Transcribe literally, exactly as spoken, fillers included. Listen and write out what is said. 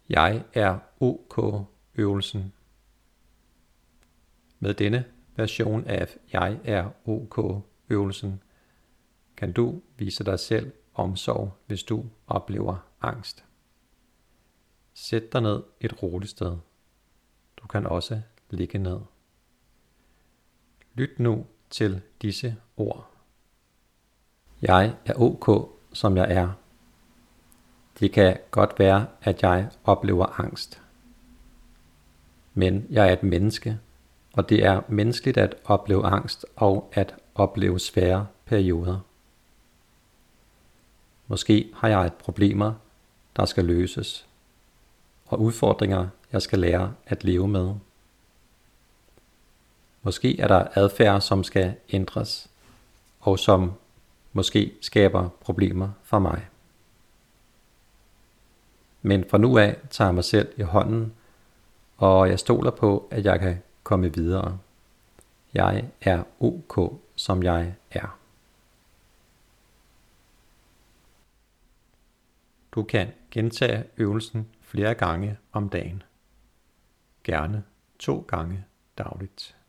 Jeg er ok øvelsen. Med denne version af Jeg er ok øvelsen kan du vise dig selv omsorg, hvis du oplever angst. Sæt dig ned et roligt sted. Du kan også ligge ned. Lyt nu til disse ord. Jeg er ok, som jeg er. Det kan godt være, at jeg oplever angst. Men jeg er et menneske, og det er menneskeligt at opleve angst og at opleve svære perioder. Måske har jeg et problemer, der skal løses, og udfordringer, jeg skal lære at leve med. Måske er der adfærd, som skal ændres, og som måske skaber problemer for mig. Men fra nu af tager jeg mig selv i hånden, og jeg stoler på, at jeg kan komme videre. Jeg er ok, som jeg er. Du kan gentage øvelsen flere gange om dagen. Gerne to gange dagligt.